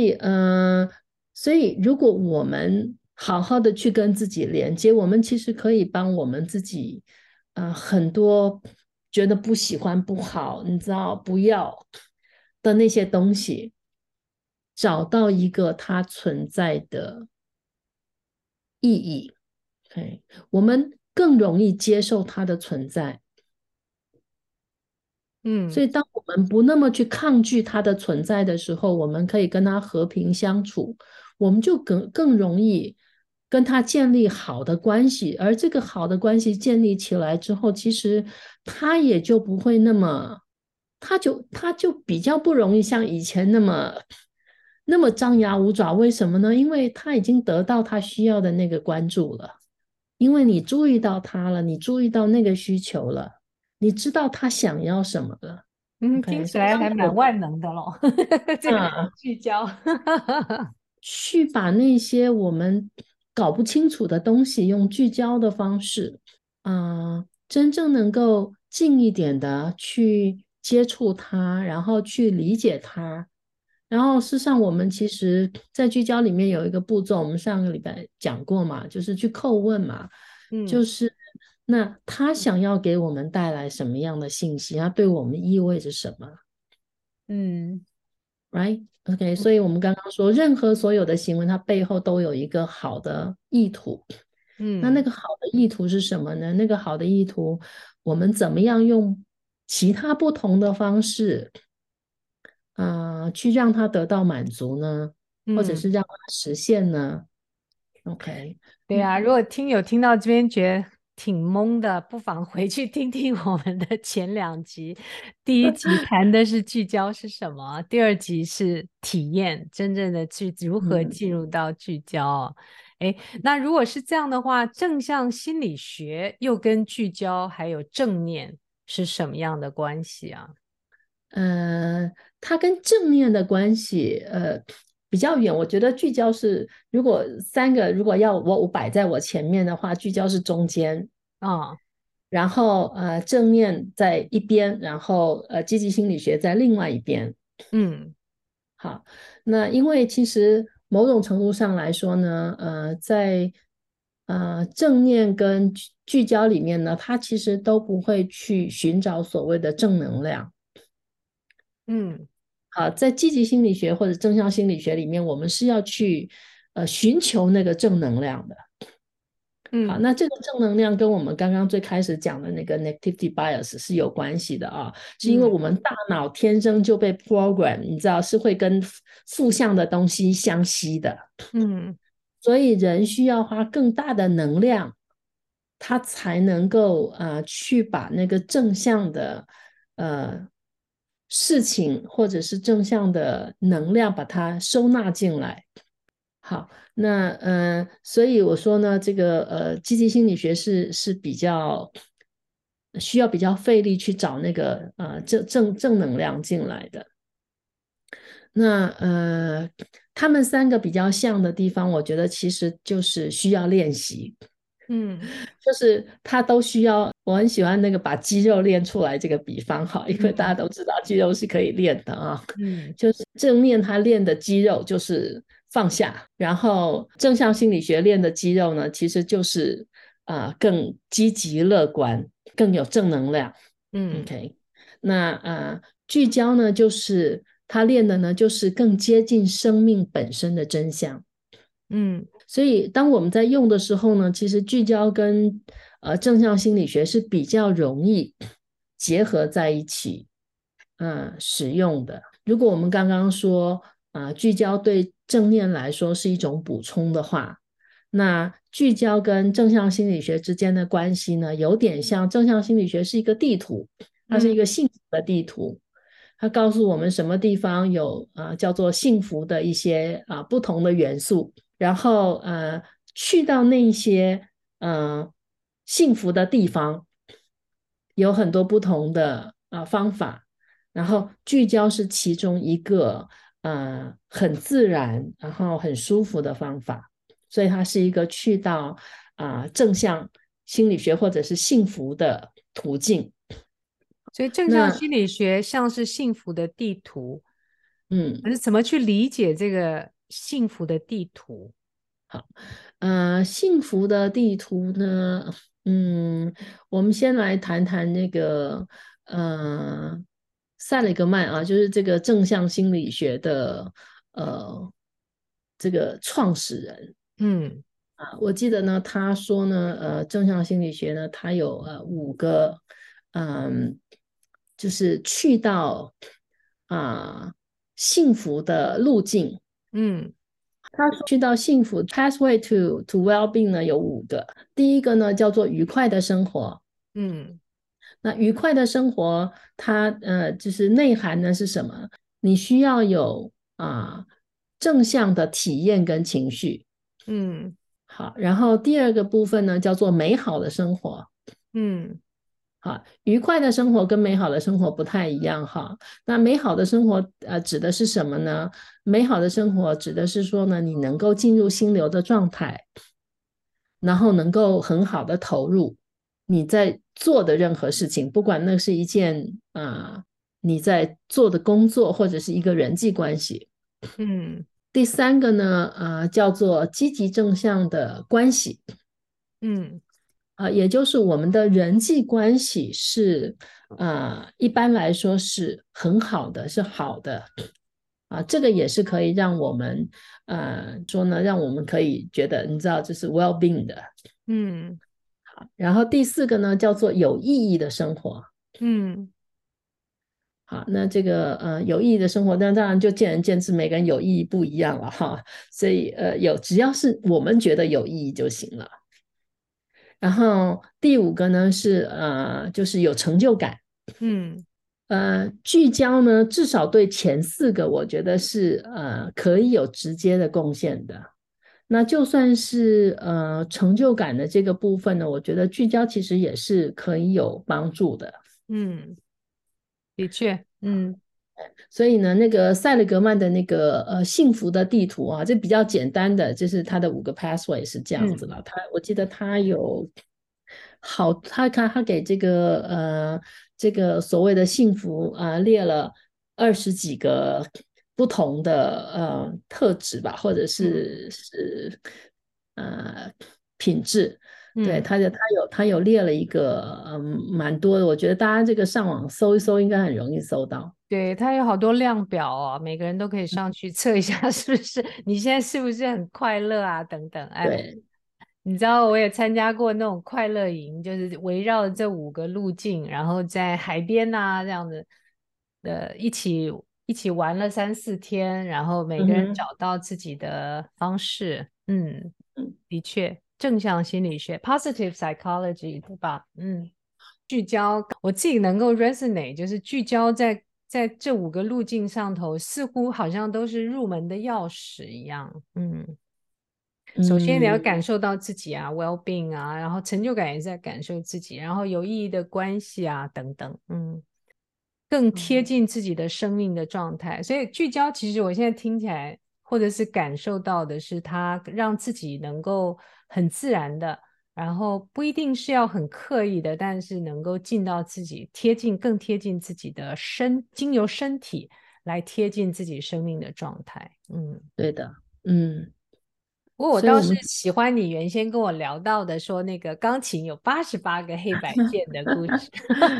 所以如果我们好好的去跟自己连接，我们其实可以帮我们自己，很多觉得不喜欢、不好，你知道不要的那些东西，找到一个它存在的意义。OK，我们更容易接受它的存在。所嗯以，当我们不那么去抗拒它的存在的时候，我们可以跟它和平相处，我们就更容易跟它建立好的关系。而这个好的关系建立起来之后，其实它也就不会那么，它就比较不容易像以前那么张牙舞爪。为什么呢？因为它已经得到它需要的那个关注了，因为你注意到它了，你注意到那个需求了。你知道他想要什么了嗯，听 ，OK？所以起来还蛮万能的咯，这个啊， 聚焦， 去把那些我们搞不清楚的东西，用聚焦的方式，真正能够近一点的去接触它，然后去理解它。然后，事实上，我们其实在聚焦里面有一个步骤，我们上个礼拜讲过嘛，就是去叩问嘛， 嗯就是那他想要给我们带来什么样的信息，它对我们意味着什么？ 嗯。 ，right？ OK，所以我们刚刚说，任何所有的行为，它背后都有一个好的意图。那嗯个好的意图是什么呢？那个好的意图，我们怎么样用其他不同的方式，去让它得到满足呢？或者是嗯。 让它实现呢？OK， 对啊，如果听友听到这边觉得挺懵的，不妨回去听听我们的前两集。第一集谈的是聚焦是什么，第二集是体验，真正的去如何嗯。 进入到聚焦哦。诶，那如果是这样的话，正向心理学又跟聚焦还有正念是什么样的关系啊？ 呃，它跟正念的关系，比较远。我觉得聚焦是，如果三个如果要我摆在我前面的话，聚焦是中间， 啊、 然后正念在一边，然后积极心理学在另外一边。 嗯好，那因为其实某种程度上来说呢，在正念跟聚焦里面呢，它其实都不会去寻找所谓的正能量。 嗯好，在积极心理学或者正向心理学里面，我们是要去寻求那个正能量的。好， 嗯那这个正能量跟我们刚刚最开始讲的那个 negativity bias 是有关系的啊，是因为我嗯们大脑天生就被 program，你知道是会跟负向的东西相吸的， 嗯所以人需要花更大的能量，他才能够去把那个正向的呃事情或者是正向的能量把它收纳进来。好，那所以我说呢，这个积极心理学是比较需要比较费力去找那个正能量进来的。那他们三个比较像的地方，我觉得其实就是需要练习， 嗯就是它都需要。我很喜欢那个把肌肉练出来这个比方哈，因为大家嗯都知道肌肉是可以练的啊。 嗯就是正面它练的肌肉就是放下，然后正向心理学练的肌肉呢，其实就是更积极乐观，更有正能量。 嗯 OK，那聚焦呢，就是他练的呢，就是更接近生命本身的真相。 嗯所以当我们在用的时候呢，其实聚焦跟正向心理学是比较容易结合在一起，使用的。如果我们刚刚说聚焦对正念来说是一种补充的话，那聚焦跟正向心理学之间的关系呢，有点像正向心理学是一个地图，它是一嗯个幸福的地图，它告诉我们什么地方有叫做幸福的一些不同的元素，然后去到那些幸福的地方，有很多不同的方法，然后聚焦是其中一个很自然，然后很舒服的方法，所以它是一个去到正向心理学或者是幸福的途径。 所以正向那心理学像是幸福的地图，可嗯， 是怎么去理解这个幸福的地图？ 好，幸福的地图呢？我们先来谈谈那个塞里格曼啊，就是这个正向心理学的这个创始人。 嗯我记得呢，他说呢，正向心理学呢，它有5个，嗯，就是去到幸福的路径。 嗯他说去到幸福 pathway to well-being 呢有5个，第一个呢叫做愉快的生活。 嗯那愉快的生活，它就是内涵呢是什么？你需要有正向的体验跟情绪。 嗯好，然后第二个部分呢叫做美好的生活。 嗯好，愉快的生活跟美好的生活不太一样哈。那美好的生活指的是什么呢？美好的生活指的是说呢，你能够进入心流的状态，然后能够很好的投入你在做的任何事情，不管那是一件你在做的工作，或者是一个人际关系。 嗯第三个呢，叫做积极正向的关系。 嗯也就是我们的人际关系是一般来说是很好的，是好的。 啊，这个也是可以让我们说呢，让我们可以觉得你知道就是 well being 的。 嗯然后第四个呢叫做有意义的生活。 嗯好，那这个有意义的生活，那当然就见仁见智，每个人有意义不一样了哈。所以只要是我们觉得有意义就行了。然后第五个呢是就是有成就感。 嗯聚焦呢至少对前四个我觉得是可以有直接的贡献的。那就算是成就感的这个部分呢，我觉得聚焦其实也是可以有帮助的。 嗯，的确，嗯所以呢，那个塞勒格曼的那个幸福的地图啊，这比较简单的，就是它的5个 pathway 是这样子嗯了。我记得他有好，他给这个所谓的幸福列了20几个不同的特质吧，或者嗯呃品质。对， 嗯。 他有列了一个蛮多的，我觉得大家这个上网搜一搜，应该很容易搜到。 对，它有好多量表哦，每个人都可以上去测一下，是不是？你现在是不是很快乐啊？等等，哎， 对， 你知道我也参加过那种快乐营，就是围绕这5个路径，然后在海边啊这样子一起玩了3、4天，然后每个人找嗯哼， 到自己的方式。嗯， 嗯的确，正向心理学 （positive psychology） 对吧？嗯。聚焦，我自己能够 resonate，就是聚焦在这5个路径上头，似乎好像都是入门的钥匙一样。嗯，首先你要嗯感受到自己啊，well being 啊，然后成就感也是在感受自己，然后有意义的关系啊等等。嗯，更贴嗯近自己的生命的状态。所以聚焦，其实我现在听起来或者是感受到的是，它让自己能够很自然的。然后不一定是要很刻意的，但是能够进到自己更贴近自己的经由身体来贴近自己生命的状态。嗯， 对的，嗯， 不过我倒是所以我们喜欢你原先跟我聊到的，说那个钢琴有88个黑白键的故事。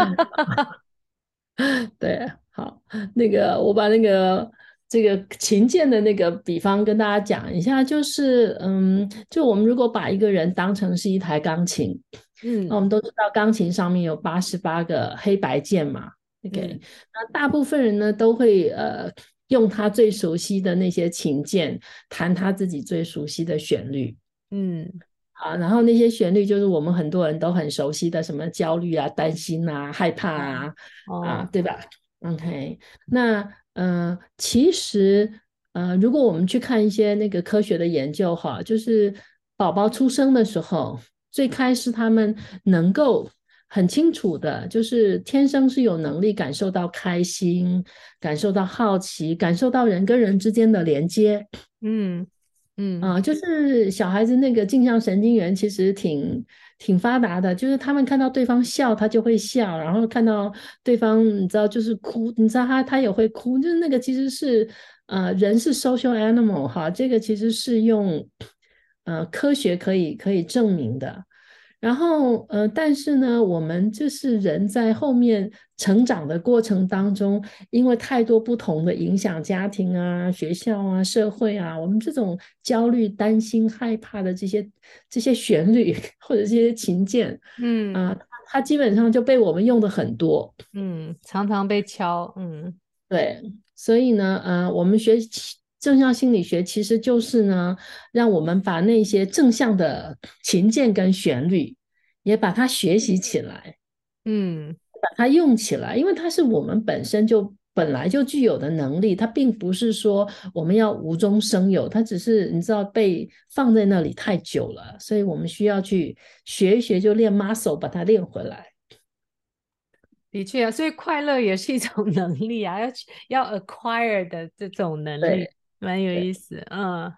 对，好，那个我把这个琴键的那个比方跟大家讲一下，就是就我们如果把一个人当成是一台钢琴，那我嗯们都知道钢琴上面有88个黑白键嘛，OK， 嗯那大部分人呢都会用他最熟悉的那些琴键弹他自己最熟悉的旋律。 嗯啊，然后那些旋律就是我们很多人都很熟悉的，什么焦虑啊、担心啊、害怕哦啊， 哦对吧？OK，那其实如果我们去看一些那个科学的研究哈，就是宝宝出生的时候，最开始他们能够很清楚的，就是天生是有能力感受到开心，感受到好奇，感受到人跟人之间的连接。 嗯嗯就是小孩子那个镜像神经元其实挺发达的，就是他们看到对方笑，他就会笑，然后看到对方你知道就是哭，你知道他也会哭，就是那个其实是人是 social animal 哈，这个其实是用科学可以证明的。然后但是呢，我们就是人在后面成长的过程当中，因为太多不同的影响，家庭啊、学校啊、社会啊，我们这种焦虑、担心、害怕的这些旋律或者这些琴键嗯它基本上就被我们用的很多。 嗯，常常被敲。嗯对，所以呢，我们正向心理学其实就是呢，让我们把那些正向的琴键跟旋律也把它学习起来。 嗯。 把它用起来，因为它是我们本来就具有的能力，它并不是说我们要无中生有，它只是你知道被放在那里太久了，所以我们需要去学一学，就练 muscle 把它练回来。 的确啊，所以快乐也是一种能力啊，要 acquire 的这种能力， 对蛮有对， 意思。嗯，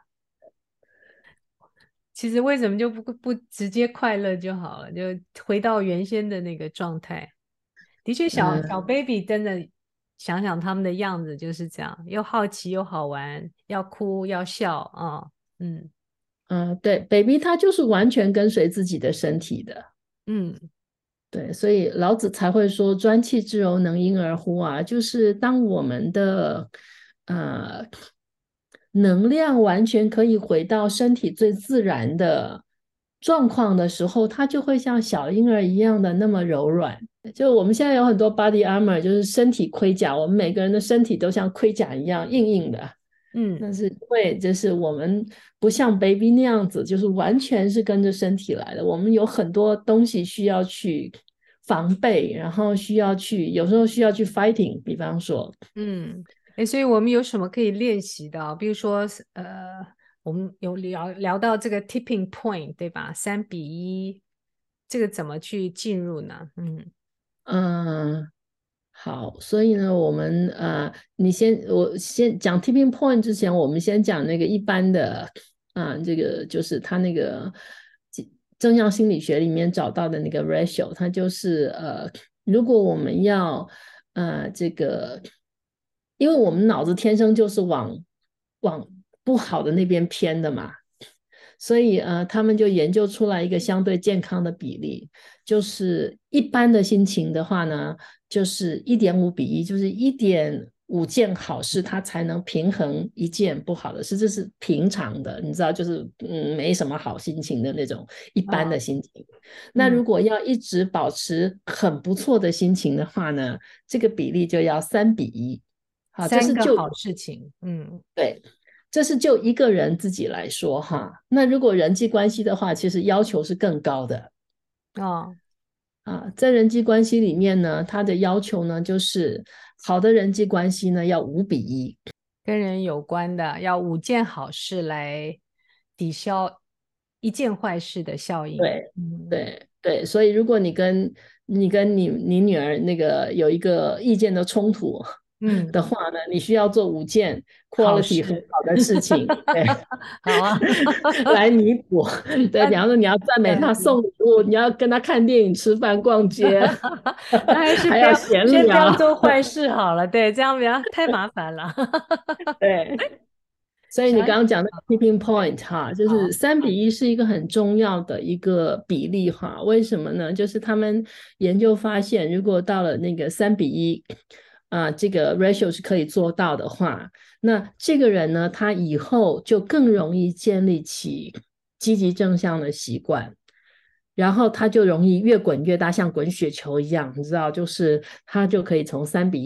其实为什么就不直接快乐就好了，就回到原先的那个状态。的确小嗯 baby 真的想想他们的样子就是这样，又好奇又好玩，要哭要笑啊。嗯对，baby 他就是完全跟随自己的身体的。 嗯对，所以老子才会说"专气致柔，能婴儿乎"啊，就是当我们的呃能量完全可以回到身体最自然的状况的时候，它就会像小婴儿一样的那么柔软。就我们现在有很多 body armor，就是身体盔甲，我们每个人的身体都像盔甲一样硬硬的。 嗯。 那是因为就是我们不像 baby 那样子，就是完全是跟着身体来的。我们有很多东西需要去防备，然后需要去，有时候需要去 fighting。比方说， 嗯，哎，所以我们有什么可以练习的啊比如说，我们有聊到这个 tipping point，对吧？3:1，这个怎么去进入呢？嗯嗯，好，所以呢，我们我先讲 tipping point 之前，我们先讲那个一般的这个就是他那个正向心理学里面找到的那个 ratio，它就是如果我们要这个，因为我们脑子天生就是往不好的那边偏的嘛，所以他们就研究出来一个相对健康的比例，就是一般的心情的话呢，就是1.5:1，就是1.5件好事，它才能平衡一件不好的事，这是平常的，你知道，就是没什么好心情的那种一般的哦心情。那嗯， 如果要一直保持很不错的心情的话呢，这个比例就要3:1。好，这是就三个好事情，嗯对，这是就一个人自己来说哈。那如果人际关系的话，其实要求是更高的哦， 在人际关系里面呢，他的要求呢就是好的人际关系呢要5:1。 跟人有关的要5件好事来抵消1件坏事的效应。 对嗯对对，所以如果你跟你女儿那个有一个意见的冲突嗯， 的话呢，你需要做5件好 quality 很事， 好的事情，对， 好啊， 来弥补。对， 那比方说你要赞美他， 这样子。 送礼物，你要跟他看电影、吃饭、逛街， 那还是还不要， 要闲先不要聊。 做坏事好了。对，这样不要太麻烦了。 对，所以你想刚刚讲的 tipping point 哈，就是好， 3:1是一个很重要的一个比例哈。为什么呢？就是他们研究发现，如果到了那个3:1这个 ratio 是可以做到的话，那这个人呢，他以后就更容易建立起积极正向的习惯。然后他就容易越滚越大，像滚雪球一样，你知道，就是他就可以从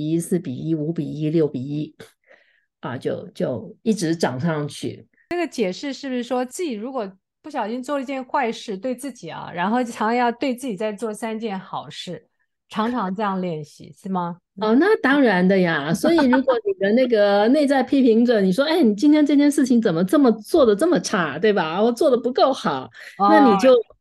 3:1、4:1、5:1、6:1就一直涨上去。 这个解释是不是说自己如果不小心做了一件坏事，对自己啊，然后常常要对自己再做3件好事，常常这样练习，是吗？ 哦，那当然的呀。所以如果你的那个内在批评者，你说，哎，你今天这件事情怎么做的这么差，对吧？我做的不够好，那哦，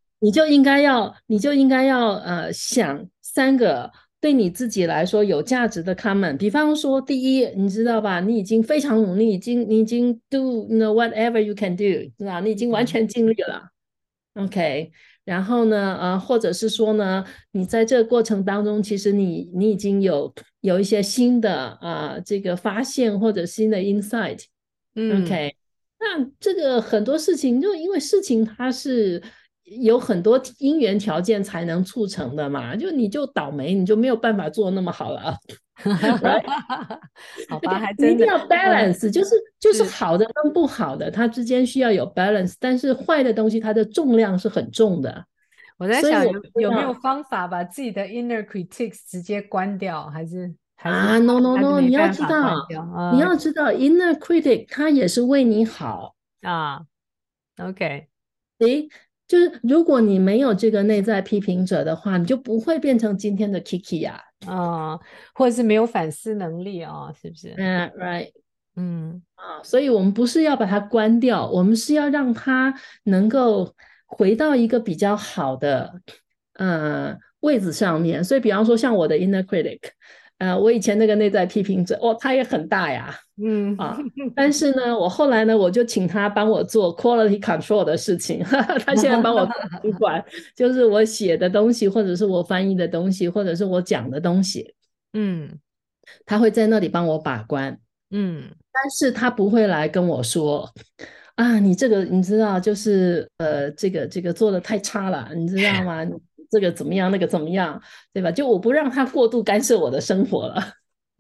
你就应该要想3个对你自己来说有价值的 comment。比方说，第一，你知道吧？你已经非常努力，你已经 do whatever you can do，知道？你已经完嗯全尽力了。OK，然后呢，或者是说呢，你在这个过程当中，其实你已经有一些新的这个发现或者新的 insight。 嗯 OK，那这个很多事情，就因为事情它是有很多因缘条件才能促成的嘛，就你就倒霉，你就没有办法做那么好了，right？ 好吧， OK， 还真的， 你一定要 balance，就是是。 好的跟不好的，它之间需要有 balance，但是坏的东西它的重量是很重的， 我在想所以我们有没有要方法把自己的 inner critics 直接关掉， no no 还是 no， 没办法关掉你啊要知道 inner critic 它也是为你好， 啊？OK， 就是如果你没有这个内在批评者的话，你就不会变成今天的 Kiki 呀、 啊，或者是没有反思能力啊，是不是？ right。 嗯所以我们不是要把它关掉，我们是要让它能够回到一个比较好的位置上面。所以，比方说像我的 inner critic，我以前那个内在批评者，哦，他也很大呀， 嗯但是呢，我后来呢，我就请他帮我做 quality control 的事情，他现在帮我做主管，就是我写的东西，或者是我翻译的东西，或者是我讲的东西， 嗯他会在那里帮我把关。 嗯但是他不会来跟我说你这个你知道，就是这个做的太差了，你知道吗？你这个怎么样，那个怎么样，对吧？就我不让他过度干涉我的生活了。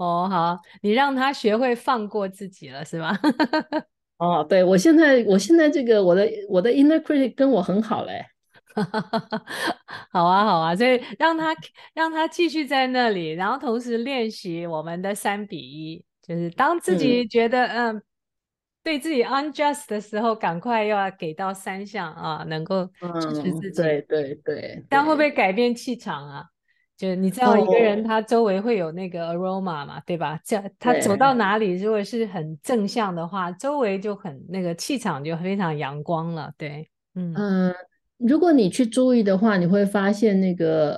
哦，好，你让他学会放过自己了，是吧？ 哦，对，我现在这个我的 inner critic 跟我很好嘞。 好啊，好啊，所以让他继续在那里，然后同时练习我们的3:1，就是当自嗯己觉得对自己 unjust 的时候，赶快又要给到3项啊，能够支持嗯， 自己， 对对对这样会不会对， 改变气场啊？就你知道一个人哦， 他周围会有那个 aroma 嘛，对吧？这他走到对， 哪里，如果是很正向的话，周围就很那个气场就非常阳光了，对，嗯。 嗯，如果你去注意的话，你会发现那个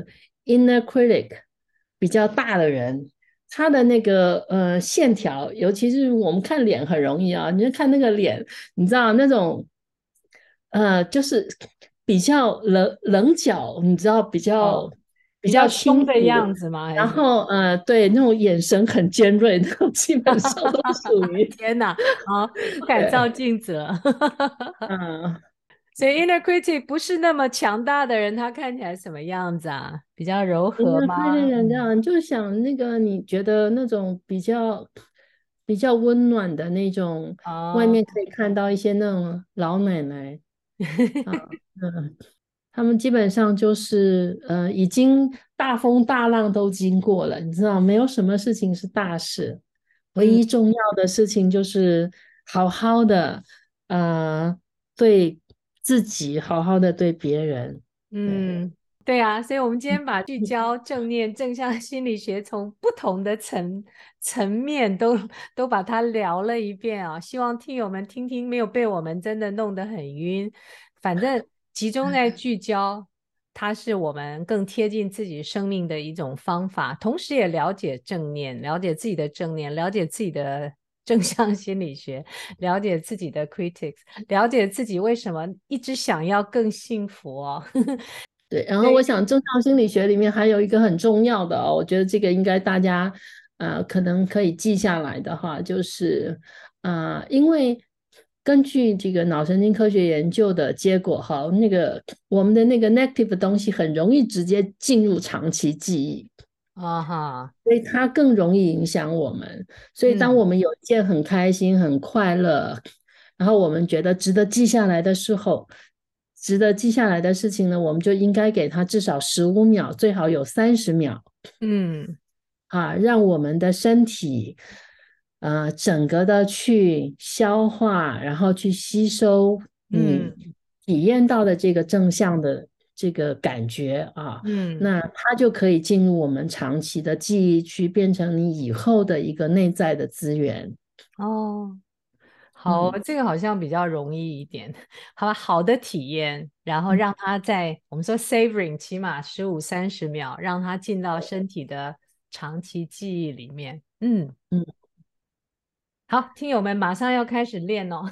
inner critic 比较大的人，他的那个线条，尤其是我们看脸很容易啊，你就看那个脸，你知道那种就是比较棱角，你知道比较哦，比较比较凶的轻浮， 样子吗？还是？ 然后对那种眼神很尖锐，那种基本上都属于天哪，好，不敢照对， 镜子了。 嗯。 所以 inner critic 不是那么强大的人，他看起来什么样子啊？比较柔和吗？ 因为亏的人这嗯， 样，就想那个你觉得那种比较温暖的那种，外哦， 面可以看到一些那种老奶奶啊，嗯，他们基本上就是已经大风大浪都经过了，你知道，没有什么事情是大事，唯嗯一重要的事情就是好好的对自己，好好的对别人，对。 嗯，对啊，所以我们今天把聚焦正念正向心理学从不同的层面都把它聊了一遍啊，希望听友们听听，没有被我们真的弄得很晕。反正集中在聚焦，它是我们更贴近自己生命的一种方法，同时也了解正念，了解自己的正念，了解自己的正向心理学，了解自己的 critics，了解自己为什么一直想要更幸福哦。 对，然后我对， 想正向心理学里面还有一个很重要的哦，我觉得这个应该大家可能可以记下来的话，就是因为根据这个脑神经科学研究的结果哈，那个我们的那个 negative 的东西很容易直接进入长期记忆， 啊哈， 所以它更容易影响我们。所以当嗯我们有一件很开心、很快乐，然后我们觉得值得记下来的时候，值得记下来的事情呢，我们就应该给它至少15秒，最好有30秒嗯让我们的身体整个的去消化，然后去吸收你嗯体验到的这个正向的这个感觉嗯， 那它就可以进入我们长期的记忆区，变成你以后的一个内在的资源。 哦，好， 嗯， 这个好像比较容易一点。好吧，好的体验，然后让它在我们说 savoring 起码15-30秒，让它进到身体的长期记忆里面。嗯， 嗯， 好，听友们马上要开始练哦。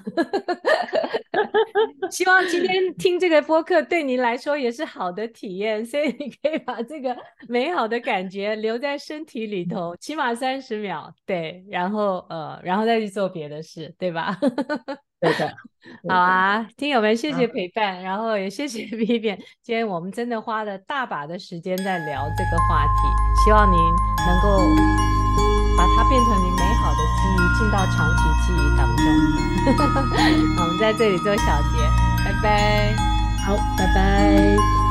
希望今天听这个播客对你来说也是好的体验，所以你可以把这个美好的感觉留在身体里头，起码30秒，对，然后再去做别的事，对吧？ 对的， 好对的。 啊，听友们，谢谢好， 陪伴，然后也谢谢 Vivian，今天我们真的花了大把的时间在聊这个话题，希望您能够把它变成你美好的记忆，进到长期记忆当中。我们在这里做小结，拜拜。 好，拜拜。